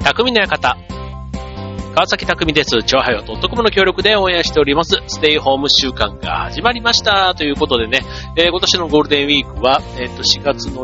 匠の館。川崎匠です。超はよ.comの協力でオンエアしております。ステイホーム週間が始まりました。ということでね、今年のゴールデンウィークは、4月の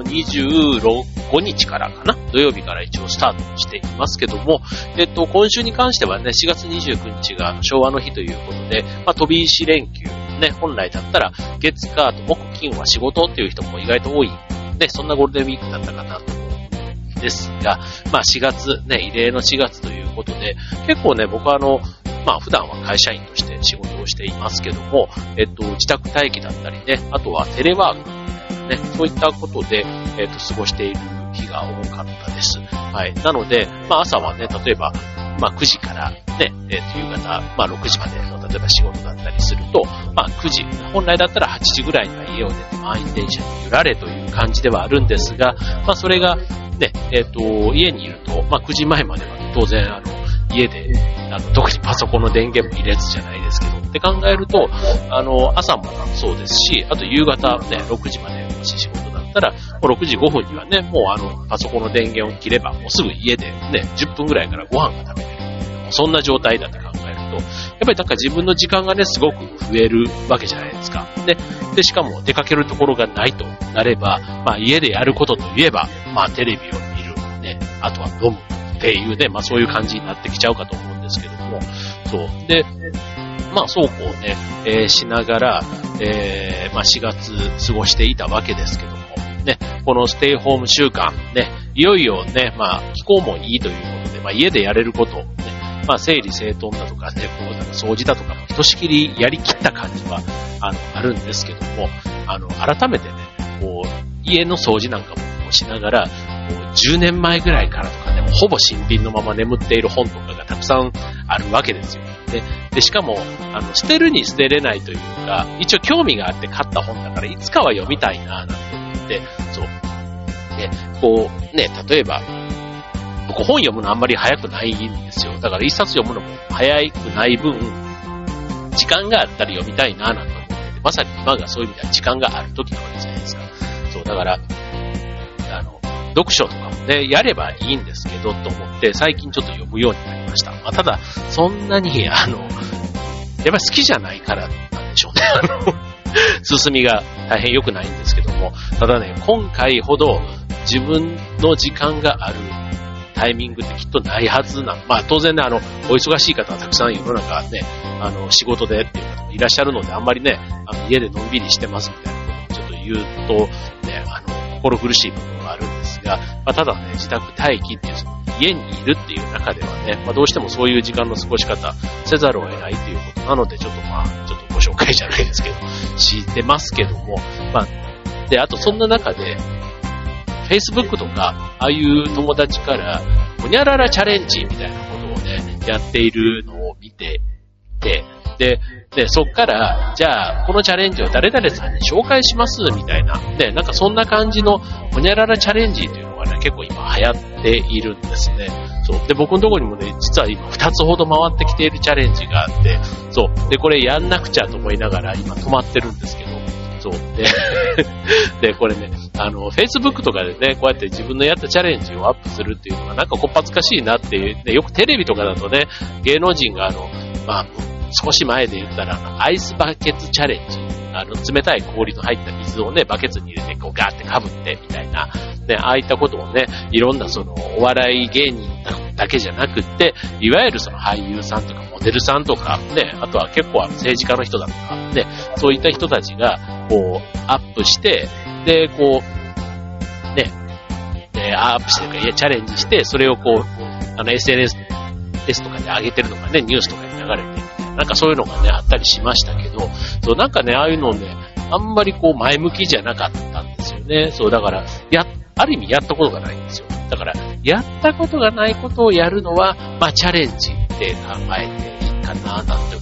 25日からかな、土曜日から一応スタートしていますけども、今週に関してはね、4月29日が昭和の日ということで、飛び石連休、ね、本来だったら月火と木金は仕事っていう人も意外と多い。で、そんなゴールデンウィークだったかなと思うんですが、4月、ね、異例の4月ということで、結構ね、僕は普段は会社員として仕事をしていますけども、自宅待機だったりね、あとはテレワークね、そういったことで、過ごしている日が多かったです。はい。なので、朝はね、例えば、9時からね、夕方、6時までの、例えば仕事だったりすると、9時、本来だったら8時ぐらいには家を出て満員電車に揺られという感じではあるんですが、それが、ね、家にいると、9時前までは当然、家で、特にパソコンの電源も入れずじゃないですけど、って考えると、朝もそうですし、あと夕方ね、6時までもし仕事だったら、もう6時5分にはね、もうパソコンの電源を切れば、もうすぐ家でね、10分ぐらいからご飯が食べれる。そんな状態だって考えると、やっぱりなんか自分の時間がね、すごく増えるわけじゃないですか。で、しかも出かけるところがないとなれば、家でやることといえば、テレビを見る、ね、あとは飲むっていうね、そういう感じになってきちゃうかと思うんですけども、そう。で、そうこうね、しながら、4月過ごしていたわけですけども、ね、このステイホーム週間、ね、いよいよね、気候もいいということで、家でやれることをね、整理整頓だとかね、こう、掃除だとかもひとしきりやりきった感じは、あるんですけども、改めてね、こう、家の掃除なんかもしながら、10年前ぐらいからとかね、ほぼ新品のまま眠っている本とかがたくさんあるわけですよ。で、しかも、捨てるに捨てれないというか、一応興味があって買った本だから、いつかは読みたいな、なんて思って、そう。で、こう、ね、例えば、僕本読むのあんまり早くないんですよ。だから一冊読むのも早くない分、時間があったら読みたいな、なんて思ってて、まさに今がそういう意味では時間がある時なわけじゃないですか。そう、だから、読書とかもね、やればいいんですけど、と思って、最近ちょっと読むようになりました。ただ、そんなに、やっぱり好きじゃないからなんでしょうね。進みが大変良くないんですけども、ただね、今回ほど自分の時間があるタイミングってきっとないはずな。当然ね、お忙しい方はたくさん世の中ね、仕事でっていう方もいらっしゃるので、あんまりね、家でのんびりしてますみたいなことをちょっと言うと、ね、心苦しい部分はあるんですが、ただね、自宅待機っていう、家にいるっていう中ではね、どうしてもそういう時間の過ごし方せざるを得ないということなので、ちょっとご紹介じゃないですけど、してますけども、で、あとそんな中で、Facebook とか、ああいう友達から、ほにゃららチャレンジみたいなことをね、やっているのを見てて、で、そっから、じゃあ、このチャレンジを誰々さんに紹介します、みたいな。ね、なんかそんな感じの、ほにゃららチャレンジというのがね、結構今流行っているんですね。そう。で、僕のところにもね、実は今2つほど回ってきているチャレンジがあって、そう。で、これやんなくちゃと思いながら今止まってるんですけど、そう。で、これね、Facebook とかでね、こうやって自分のやったチャレンジをアップするっていうのがなんかこっぱずかしいなっていう、ね、よくテレビとかだとね、芸能人が少し前で言ったら、アイスバケツチャレンジ。冷たい氷の入った水をね、バケツに入れて、こうガーってかぶって、みたいな。ね、ああいったことをね、いろんなお笑い芸人だけじゃなくって、いわゆる俳優さんとかモデルさんとか、ね、あとは結構政治家の人だとか、ね、そういった人たちが、こう、アップして、で、こう、ね、アップしてるか、チャレンジして、それをこう、SNS ですとかで上げてるのがね、ニュースとかに流れて、なんかそういうのがね、あったりしましたけど、そう、なんかね、ああいうのね、あんまりこう前向きじゃなかったんですよね。そう、だから、ある意味やったことがないんですよ。だから、やったことがないことをやるのは、チャレンジって考えていいかな、なんて思って、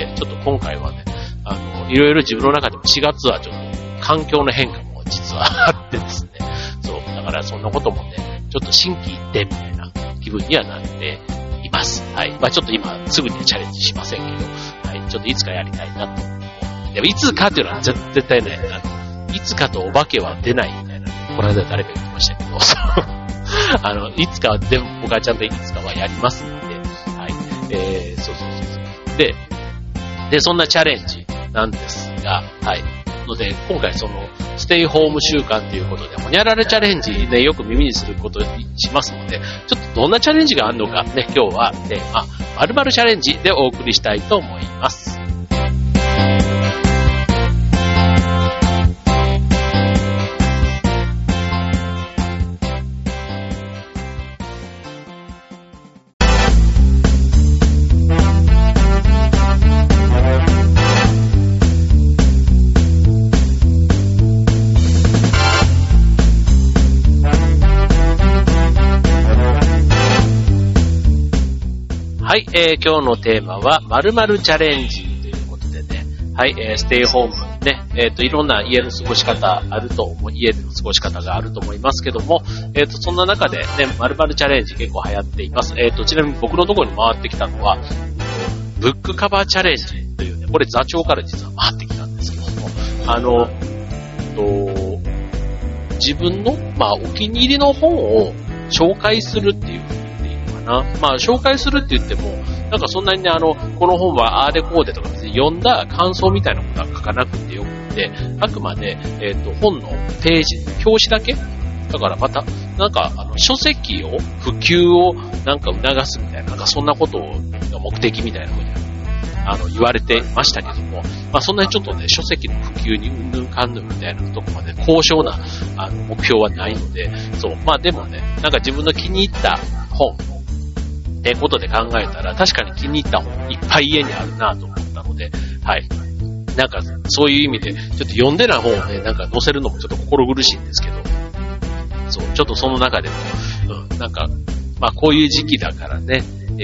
ちょっと今回はね、いろいろ自分の中でも4月はちょっと環境の変化も実はあってですね。そう、だからそんなこともね、ちょっと心機一転みたいな気分にはなっています。はい。ちょっと今すぐにはチャレンジしませんけど、はい。ちょっといつかやりたいなと。でもいつかっていうのは絶対ね、いつかとお化けは出ないみたいな、この間誰か言ってましたけど、 いつかは、でも僕はちゃんといつかはやりますので、はい。そう。で、そんなチャレンジなんですが、はい。ので、今回その、ステイホーム週間ということで、ほにゃららチャレンジね、よく耳にすることにしますので、ちょっとどんなチャレンジがあるのかね、今日はテーマ、〇〇チャレンジでお送りしたいと思います。はい、今日のテーマは〇〇チャレンジということでね、はい、ステイホームね、いろんな家の過ごし方あると思う、家での過ごし方があると思いますけども、そんな中でね、〇〇チャレンジ結構流行っています。ちなみに僕のところに回ってきたのは、ブックカバーチャレンジというね、これ座長から実は回ってきたんですけども、自分の、お気に入りの本を紹介するっていう紹介するって言っても、なんかそんなにね、この本はあーでこうでとか別に読んだ感想みたいなことは書かなくてよくて、あくまで、本のページ、表紙だけだからまた、なんか、書籍を、普及をなんか促すみたいな、なんかそんなことが目的みたいなふうに、言われてましたけども、そんなにちょっとね、書籍の普及にうんぬんかんぬんみたいなとこまで高尚な、目標はないので、そう、でもね、なんか自分の気に入った本、ってことで考えたら、確かに気に入った本いっぱい家にあるなと思ったので、はい。なんか、そういう意味で、ちょっと読んでない本をね、なんか載せるのもちょっと心苦しいんですけど、そう、ちょっとその中でも、なんか、こういう時期だからね、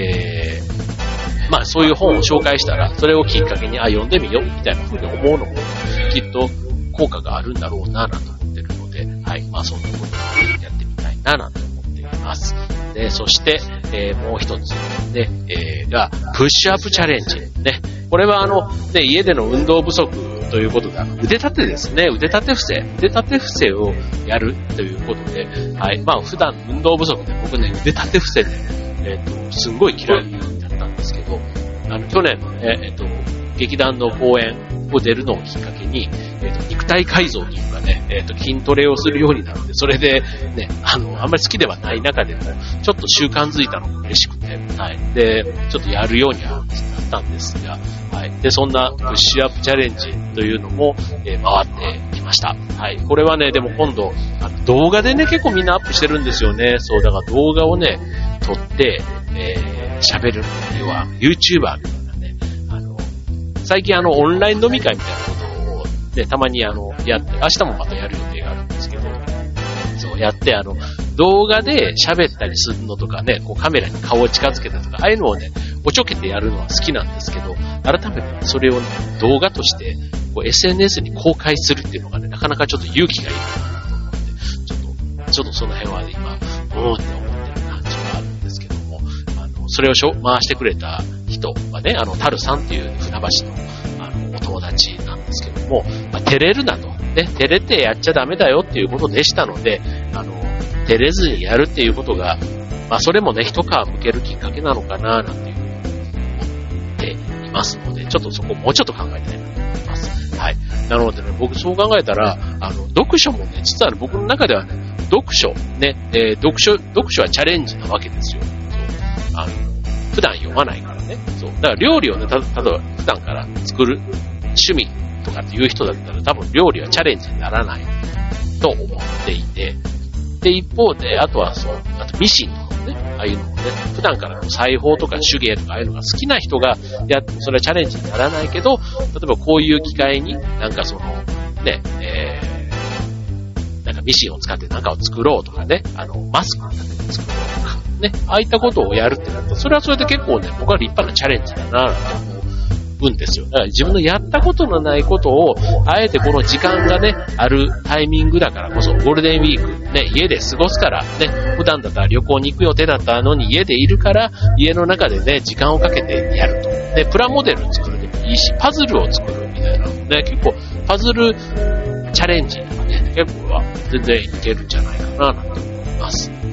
そういう本を紹介したら、それをきっかけに、読んでみよう、みたいな風に思うのも、きっと効果があるんだろうな、なんて思ってるので、はい。そんなことをやってみたいな、なんて思っています。で、そして、もう一つ、ね、が、プッシュアップチャレンジ。ね。これは家での運動不足ということで、腕立てですね。腕立て伏せをやるということで、はい。普段運動不足で僕ね、腕立て伏せで、すんごい嫌いだったんですけど、去年のね、劇団の公演を出るのをきっかけに、肉体改造というかね、筋トレをするようになって、それでね、あんまり好きではない中でも、ちょっと習慣づいたのが嬉しくて、はい。で、ちょっとやるようにはなったんですが、はい。で、そんなプッシュアップチャレンジというのも、回ってきました。はい。これはね、でも今度、動画でね、結構みんなアップしてるんですよね。そう、だから動画をね、撮って、喋る。要は、YouTuber みたいなね、最近オンライン飲み会みたいなことを、で、たまにやって、明日もまたやる予定があるんですけど、そう、やって、動画で喋ったりするのとかね、こうカメラに顔を近づけたとか、ああいうのをね、おちょけてやるのは好きなんですけど、改めてそれを、ね、動画として、こう SNS に公開するっていうのがね、なかなかちょっと勇気がいるなと思って、ちょっとその辺はね、今、って思ってる感じがあるんですけども、それを回してくれた人はね、タルさんっていう船橋の、お友達なんですけども、照れるなと。ね、照れてやっちゃダメだよっていうことでしたので、照れずにやるっていうことが、それもね、一皮向けるきっかけなのかな、なんていうふうに思っていますので、ちょっとそこもうちょっと考えたいなと思います。はい。なのでね、僕そう考えたら、読書もね、実はね、僕の中ではね、読書はチャレンジなわけですよ。そう。普段読まないからね。そう。だから料理をね、例えば普段から作る趣味とかっていう人だったら多分料理はチャレンジにならないと思っていて、で、一方で、あとミシンとかもね、ああいうのもね、普段からの裁縫とか手芸とかああいうのが好きな人がやってもそれはチャレンジにならないけど、例えばこういう機会になんかなんかミシンを使ってなんかを作ろうとかね、マスクを立てて作ろうとか、ね、ああいったことをやるってなると、それはそれで結構ね、僕は立派なチャレンジだなと思うんですよ。だから自分のやったことのないことを、あえてこの時間がね、あるタイミングだからこそ、ゴールデンウィーク、ね、家で過ごすから、ね、普段だったら旅行に行く予定だったのに家でいるから、家の中でね、時間をかけてやると。で、プラモデル作るでもいいし、パズルを作るみたいなのね、結構、パズルチャレンジとかね、結構は全然いけるんじゃないかな、なんて思います。で、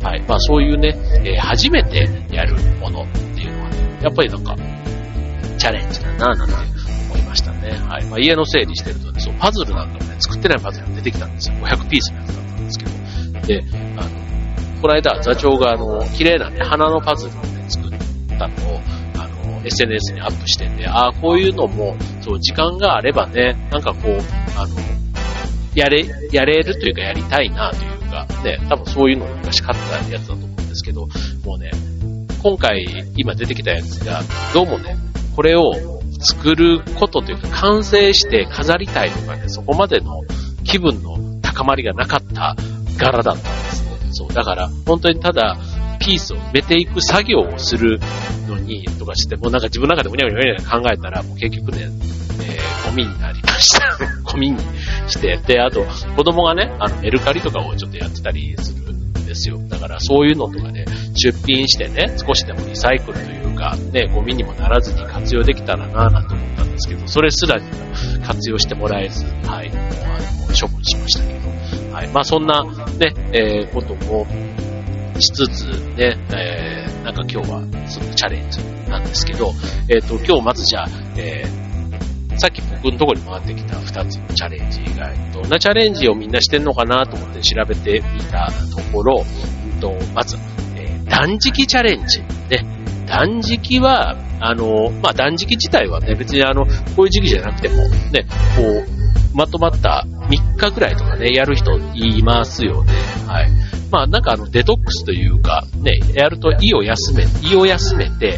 はい。まあそういうね、初めてやるものっていうのはね、やっぱりなんか、チャレンジだなぁなんて思いましたね。はい。まあ家の整理してるとね、そう、パズルなんかもね、作ってないパズルが出てきたんですよ。500ピースのやつだったんですけど。で、この間座長が綺麗なね、花のパズルをね、作ったのを、SNS にアップしてて、こういうのも、そう、時間があればね、なんかこう、やれるというかやりたいなというか、ね、多分そういうのを昔買ったやつだと思うんですけど、もうね、今回今出てきたやつが、どうもね、これを作ることというか、完成して飾りたいとかね、そこまでの気分の高まりがなかった柄だったんですね。そう、だから、本当にただ、ピースを埋めていく作業をするのに、とかして、もうなんか自分の中でもにゃにゃにゃ考えたら、もう結局ね、ゴミになりました。ゴミにして、で、あと、子供がね、メルカリとかをちょっとやってたりするんですよ。だからそういうのとかね、出品してね、少しでもリサイクルというか、ね、ゴミにもならずに活用できたらなぁなんて思ったんですけど、それすらにも活用してもらえず、はい、もう処分しましたけど、はい、まあそんなね、こともしつつね、なんか今日はそのチャレンジなんですけど、今日まずじゃあ、さっき僕のところに回ってきた2つのチャレンジ以外、どんなチャレンジをみんなしてんのかなと思って調べてみたところ、まず、断食チャレンジ。ね、断食は、まあ、断食自体はね、別にこういう時期じゃなくても、ね、こう、まとまった3日ぐらいとかね、やる人いますよね。はい。まあ、なんかデトックスというか、ね、やると胃を休めて、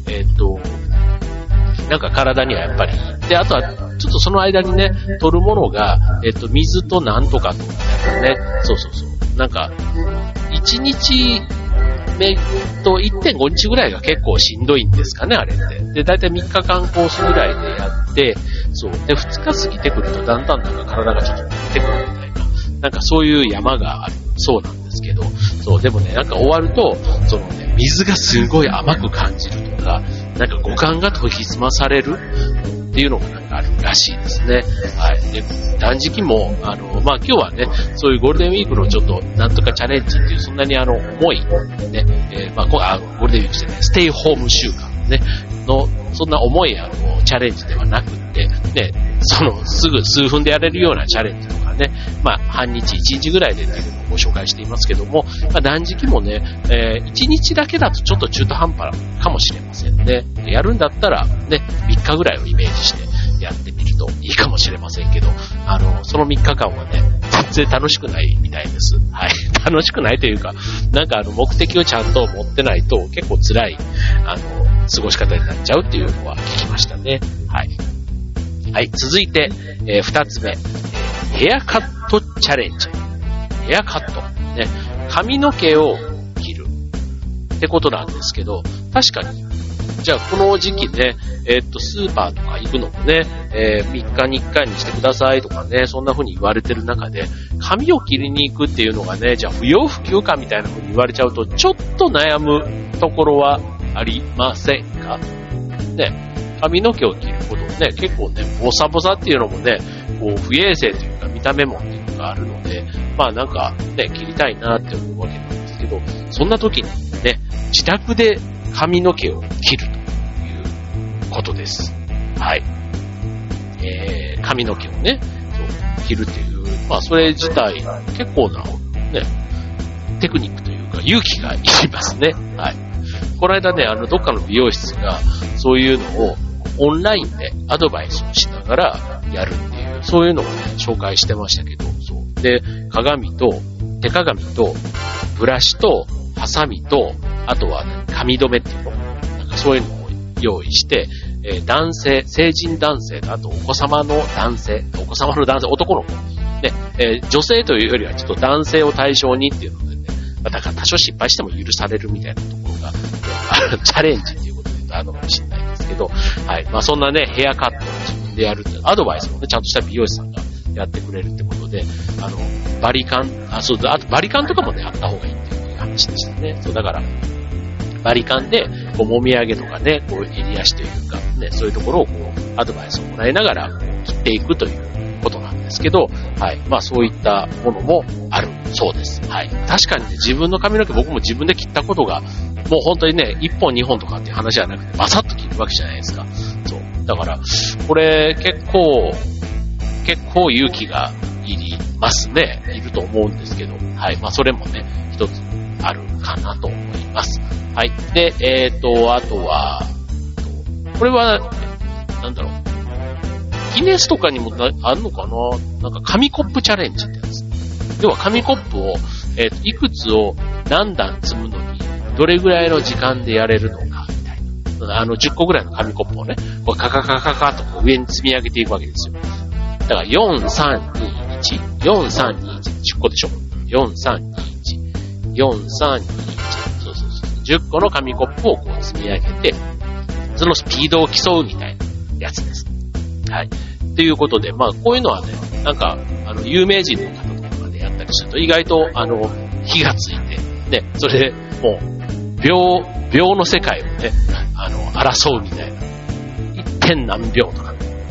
なんか体にはやっぱりいい。で、あとは、ちょっとその間にね、取るものが、水となんとかとかね、そう。なんか、1日目と 1.5 日ぐらいが結構しんどいんですかね、あれって。で、だいたい3日間コースぐらいでやって、そう。で、2日過ぎてくるとだんだんなんか体がちょっと出てくるみたいな、なんかそういう山があるそうなんですけど、そう、でもね、なんか終わると、そのね、水がすごい甘く感じるとか、なんか五感が研ぎ澄まされるっていうのがなんかあるらしいですね。はい。で、断食も、まあ、今日はね、そういうゴールデンウィークのちょっと、なんとかチャレンジっていう、そんなに重い、ね、まあ、ゴールデンウィークしてね、ステイホーム週間ね、の、そんな重いチャレンジではなくって、ね、すぐ数分でやれるようなチャレンジとかね、まあ、半日、1日ぐらいでっていうのをご紹介していますけども、まあ、断食もね、1日だけだとちょっと中途半端かもしれませんね。やるんだったら、ね、3日ぐらいをイメージしてやってみるといいかもしれませんけど、その3日間はね、全然楽しくないみたいです。はい。楽しくないというか、なんか目的をちゃんと持ってないと結構辛い、過ごし方になっちゃうっていうのは聞きましたね。はい。はい、続いて、2つ目、ヘアカットチャレンジ。ヘアカット。ね、髪の毛を切る。ってことなんですけど、確かに、じゃあこの時期ね、スーパーとか行くのもね、3日に1回にしてくださいとかね、そんな風に言われてる中で、髪を切りに行くっていうのがね、じゃあ不要不急かみたいな風に言われちゃうと、ちょっと悩むところはありませんかね。髪の毛を切ることね、結構ね、ボサボサっていうのもね、こう不衛生というか見た目もっていうのがあるので、まあなんかね、切りたいなって思うわけなんですけど、そんな時にね、自宅で髪の毛を切るということです。はい。髪の毛をね、そう切るっていう、まあそれ自体結構なね、テクニックというか勇気がいりますね。はい。この間ね、どっかの美容室がそういうのをオンラインでアドバイスをしながらやるっていう、そういうのをね、紹介してましたけど、そう。で、鏡と、手鏡と、ブラシと、ハサミと、あとは、ね、髪留めっていうの、なんかそういうのを用意して、男性、成人男性と、あとお子様の男性、男の子、ね、女性というよりはちょっと男性を対象にっていうのでね、だから多少失敗しても許されるみたいなところが、ね、チャレンジっていうことで言うとあるかもしれないですけど、はい。まあそんなね、ヘアカットを自分でやるって、アドバイスもね、ちゃんとした美容師さんがやってくれるってことで、バリカン、あとバリカンとかもね、あった方がいいっていう話でしたね。そう、だから、バリカンで、こう、もみあげとかね、こう、襟足というか、ね、そういうところを、こう、アドバイスをもらいながら、こう、切っていくということなんですけど、はい。まあそういったものもあるそうです。 はい。確かにね、自分の髪の毛僕も自分で切ったことが、もう本当にね、1本2本とかっていう話じゃなくて、バサッと切るわけじゃないですか。そう。だから、これ結構勇気がいりますね。いると思うんですけど。はい。まあ、それもね、一つあるかなと思います。はい。で、あとは、これは、なんだろう。ギネスとかにもあるのかな？なんか紙コップチャレンジってやつ。要は紙コップを、いくつを何段積むのに、どれぐらいの時間でやれるのか、みたいな。10個ぐらいの紙コップをね、こうカカカカカとこう上に積み上げていくわけですよ。だから、4、3、2、1、4、3、2、1、10個でしょ。4、3、2、1、4、3、2、1。そう。10個の紙コップをこう積み上げて、そのスピードを競うみたいなやつです。はい。ということで、まあ、こういうのはね、なんか、有名人の方とかでやったりすると、意外と、火がついて、ね、それで、もう、秒の世界をね、争うみたいな。1. 点何秒とか、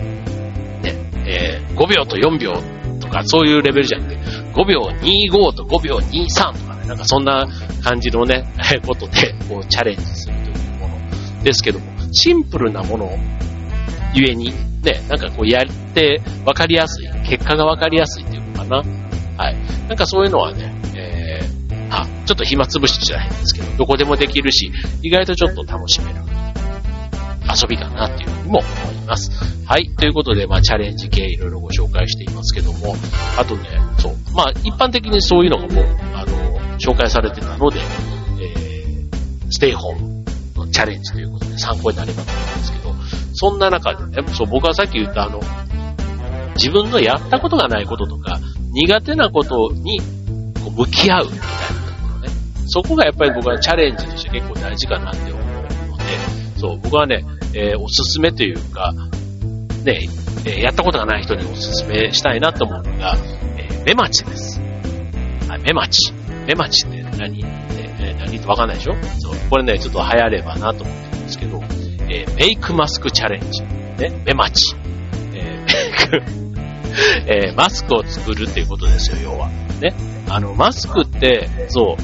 ね、5秒と4秒とか、そういうレベルじゃなくて、5秒25と5秒23とかね、なんかそんな感じのね、ことで、こう、チャレンジするというものですけども、シンプルなものゆえに、ね、なんかこうやって分かりやすい、結果が分かりやすいっていうのかな。はい。なんかそういうのはね、ちょっと暇つぶしじゃないんですけど、どこでもできるし、意外とちょっと楽しめる遊びかなっていうふうにも思います。はい。ということで、まあチャレンジ系いろいろご紹介していますけども、あとね、そう。まあ一般的にそういうのがもう、紹介されてたので、ステイホームのチャレンジということで参考になればと思うんですけど、そんな中でね、そう、僕はさっき言った自分のやったことがないこととか、苦手なことにこう向き合うみたいなところね。そこがやっぱり僕はチャレンジとして結構大事かなって思うので、そう、僕はね、おすすめというか、ね、やったことがない人におすすめしたいなと思うのが、メマチです。はい、メマチ。メマチって何ってわかんないでしょ？そう、これね、ちょっと流行ればなと思ってるんですけど、メイクマスクチャレンジ。ね、メマチ。マスクを作るっていうことですよ、要は。ね。マスクって、そう、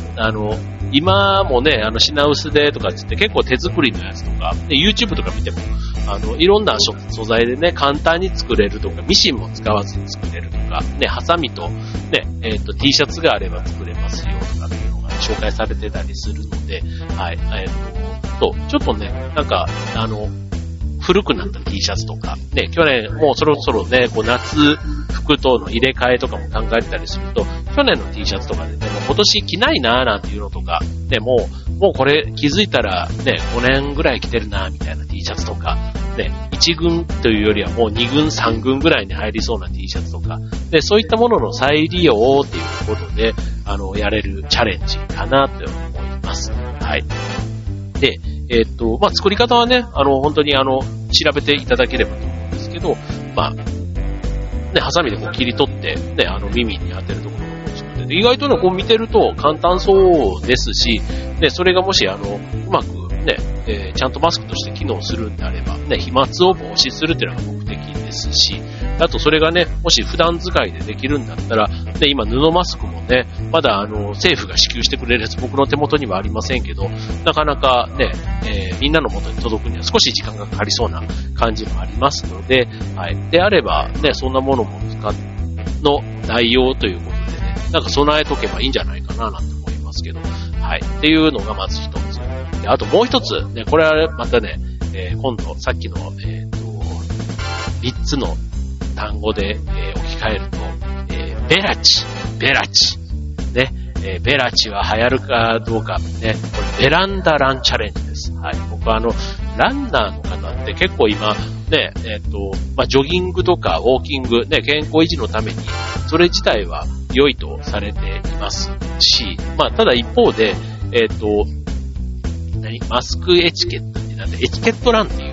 今もね、品薄でとかって結構手作りのやつとか、で YouTube とか見ても、いろんな素材でね、簡単に作れるとか、ミシンも使わずに作れるとか、ね、ハサミと、ね、T シャツがあれば作れますよとかっていうのが紹介されてたりするので、はい、ちょっとね、なんか、古くなった T シャツとか、ね、去年もうそろそろね、こう夏服との入れ替えとかも考えてたりすると、去年の T シャツとかでね、もう今年着ないなーなんていうのとか、ね、もうこれ気づいたらね、5年ぐらい着てるなーみたいな T シャツとか、ね、1軍というよりはもう2軍3軍ぐらいに入りそうな T シャツとか、で、そういったものの再利用っていうことで、やれるチャレンジかなと思います。はい。で、まあ、作り方はね、本当に調べていただければと思うんですけど、まあ、ね、ハサミでこう切り取って、ね、耳に当てるところがこう作ってて、意外とね、こう見てると簡単そうですし、ね、それがもしうまくね、ちゃんとマスクとして機能するんであれば、ね、飛沫を防止するっていうのが目的ですし、あとそれがね、もし普段使いでできるんだったら、ね、今布マスクもね、まだ政府が支給してくれるやつ僕の手元にはありませんけど、なかなかね、みんなの元に届くには少し時間がかかりそうな感じもありますので、はい。であれば、ね、そんなものもの代用ということでね、なんか備えとけばいいんじゃないかななんて思いますけど、はい。っていうのがまず一つ。で、あともう一つ、ね、これはまたね、今度さっきの、3つの単語で、置き換えると、ベラチ。ね、ベラチは流行るかどうか、ね、これベランダランチャレンジです。はい。僕はランナーの方って結構今、ね、まあ、ジョギングとかウォーキング、ね、健康維持のために、それ自体は良いとされていますし、まあ、ただ一方で、マスクエチケットってなんで、エチケットランっていうのか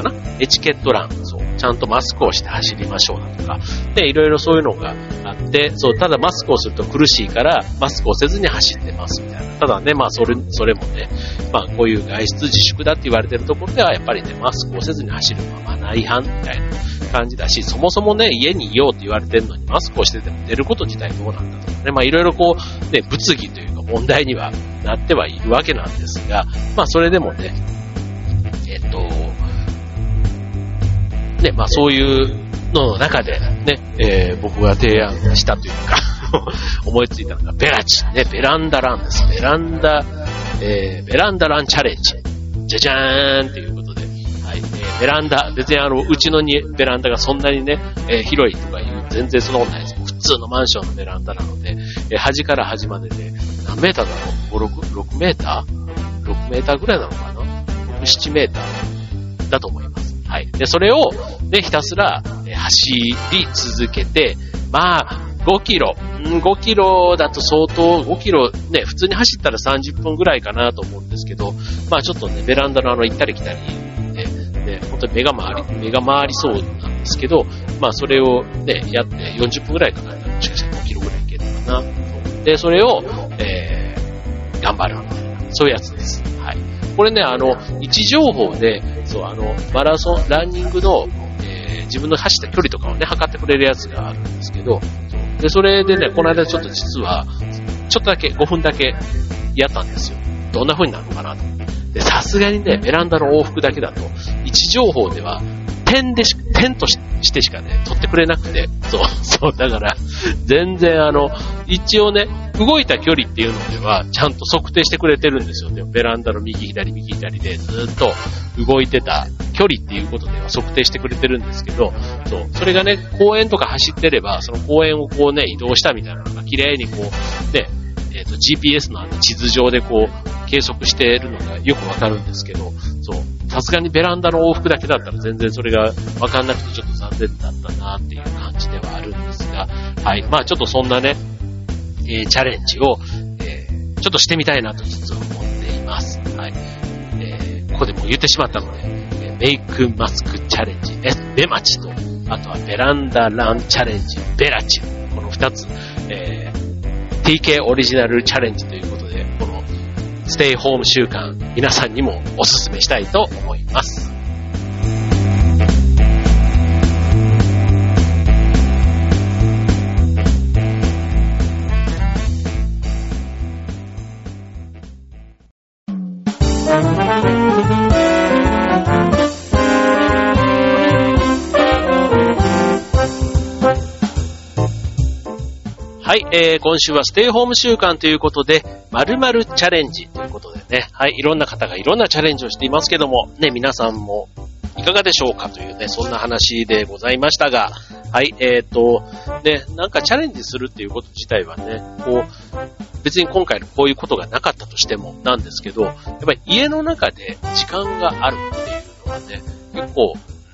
な、エチケット欄、そう、ちゃんとマスクをして走りましょうだとか、で、いろいろそういうのがあって、そう、ただマスクをすると苦しいから、マスクをせずに走ってますみたいな。ただね、まあそれもね、まあこういう外出自粛だって言われてるところでは、やっぱりね、マスクをせずに走るのはマナー違反みたいな感じだし、そもそもね、家にいようって言われてるのに、マスクをしてても出ること自体どうなんだとかね、まあいろいろこう、ね、物議というか問題にはなってはいるわけなんですが、まあそれでもね、ね、まあそういうのの中でね、僕が提案したというか思いついたのがベラチね、ベランダランです。ベランダランチャレンジ。じゃじゃーんっていうことで、はい、ベランダ、別にうちのベランダがそんなにね、広いとかいう全然そんなことないです。普通のマンションのベランダなので、端から端までで何メーターだろう ?6 メーター ?6 メーターぐらいなのかな ?7 メーターだと思います。はい。で、それを、ね、ひたすら、走り続けて、まあ、5キロだと相当、5キロね、普通に走ったら30分ぐらいかなと思うんですけど、まあちょっとね、ベランダの行ったり来たりで、ね、本当に目が回りそうなんですけど、まあそれをね、やって40分ぐらいかかったらもしかしたら5キロぐらいいけるのかな。で、それを、頑張るみたいな、そういうやつです。はい。これね、位置情報で、そう、マラソン、ランニングの、自分の走った距離とかをね、測ってくれるやつがあるんですけど、で、それでね、この間ちょっと実は、ちょっとだけ、5分だけやったんですよ。どんな風になるのかなと。で、さすがにね、ベランダの往復だけだと、位置情報では、点としてしかね、取ってくれなくて、そう、だから、全然一応ね、動いた距離っていうのでは、ちゃんと測定してくれてるんですよね。ベランダの右左でずっと動いてた距離っていうことでは測定してくれてるんですけど、そう、それがね、公園とか走ってれば、その公園をこうね、移動したみたいなのが綺麗にこう、ね、GPS の地図上でこう、計測しているのがよくわかるんですけど、そう、さすがにベランダの往復だけだったら全然それがわかんなくてちょっと残念だったなっていう感じではあるんですが、はい、まあちょっとそんなね、チャレンジを、ちょっとしてみたいなと実は思っています。はい。ここでも言ってしまったので、メイクマスクチャレンジ、ベマチと、あとはベランダランチャレンジ、ベラチ、この2つ、TK オリジナルチャレンジということで、このステイホーム週間、皆さんにもお勧めしたいと思います。はい、今週はステイホーム週間ということで、〇〇チャレンジということでね、はい、いろんな方がいろんなチャレンジをしていますけども、ね、皆さんもいかがでしょうかというね、そんな話でございましたが、はい、ね、なんかチャレンジするっていうこと自体はね、こう、別に今回のこういうことがなかったとしてもなんですけど、やっぱり家の中で時間があるっていうのはね、結構、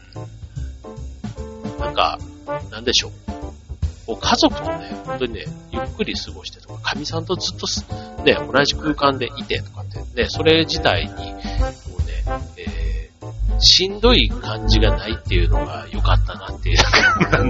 なんか、なんでしょう。家族とね、本当にね、ゆっくり過ごしてとか、神さんとずっとね、同じ空間でいてとかってね、それ自体に、こうね、しんどい感じがないっていうのが良かったなっていう、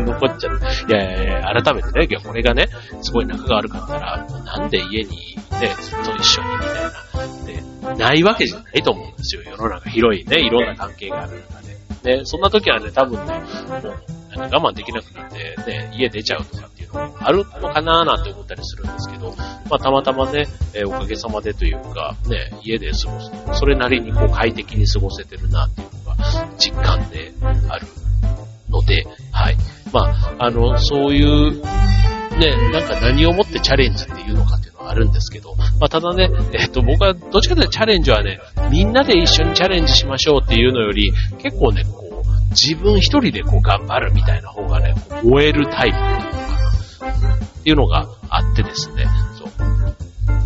残っちゃう。いや、改めてね、これがね、すごい仲が悪かったら、もうなんで家にね、ずっと一緒にみたいな、ないわけじゃないと思うんですよ。世の中広いね、いろんな関係がある中で。ね、そんな時はね、多分ね、もう、なんか我慢できなくなって、ね、家出ちゃうとかっていうのもあるのかなーなんて思ったりするんですけど、まあたまたまね、おかげさまでというか、ね、家で過ごす。それなりにこう快適に過ごせてるなっていうのが実感であるので、はい。まあ、そういう、ね、なんか何をもってチャレンジっていうのかっていうのはあるんですけど、まあただね、僕はどっちかというとチャレンジはね、みんなで一緒にチャレンジしましょうっていうのより、結構ね、自分一人でこう頑張るみたいな方がね、燃えるタイプっていうのがあってですね。そう。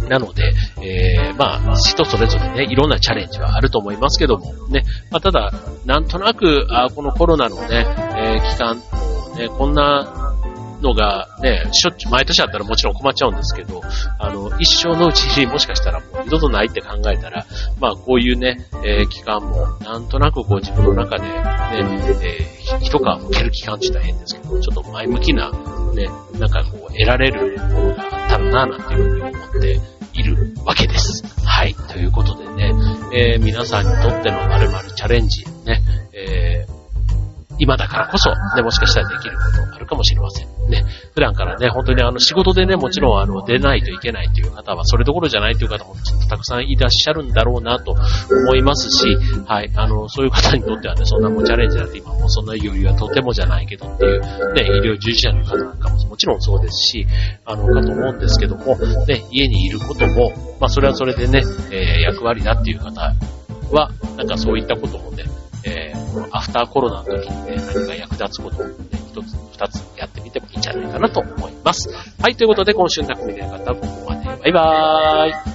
なので、まあ、人それぞれね、いろんなチャレンジはあると思いますけども、ね。まあ、ただ、なんとなく、このコロナのね、期間もね、こんなのがね、しょっちゅう毎年あったらもちろん困っちゃうんですけど、一生のうちにもしかしたらもう二度とないって考えたら、まあこういうね、期間もなんとなくこう自分の中でね、一皮むける期間って言ったら変ですけど、ちょっと前向きなね、なんかこう得られるものがあったらなぁなんていうふうに思っているわけです。はい。ということでね、皆さんにとっての〇〇チャレンジね、今だからこそ、ね、もしかしたらできることあるかもしれません。ね。普段からね、本当に仕事でね、もちろん出ないといけないという方は、それどころじゃないという方もきっとたくさんいらっしゃるんだろうなと思いますし、はい。そういう方にとってはね、そんなもうチャレンジなんて今もうそんな余裕はとてもじゃないけどっていう、ね、医療従事者の方なんかももちろんそうですし、かと思うんですけども、ね、家にいることも、まあ、それはそれでね、役割だっていう方は、なんかそういったこともね、アフターコロナの時にね、何か役立つことをね、一つ、二つやってみてもいいんじゃないかなと思います。はい、ということで今週の匠の館はここまで。バイバーイ。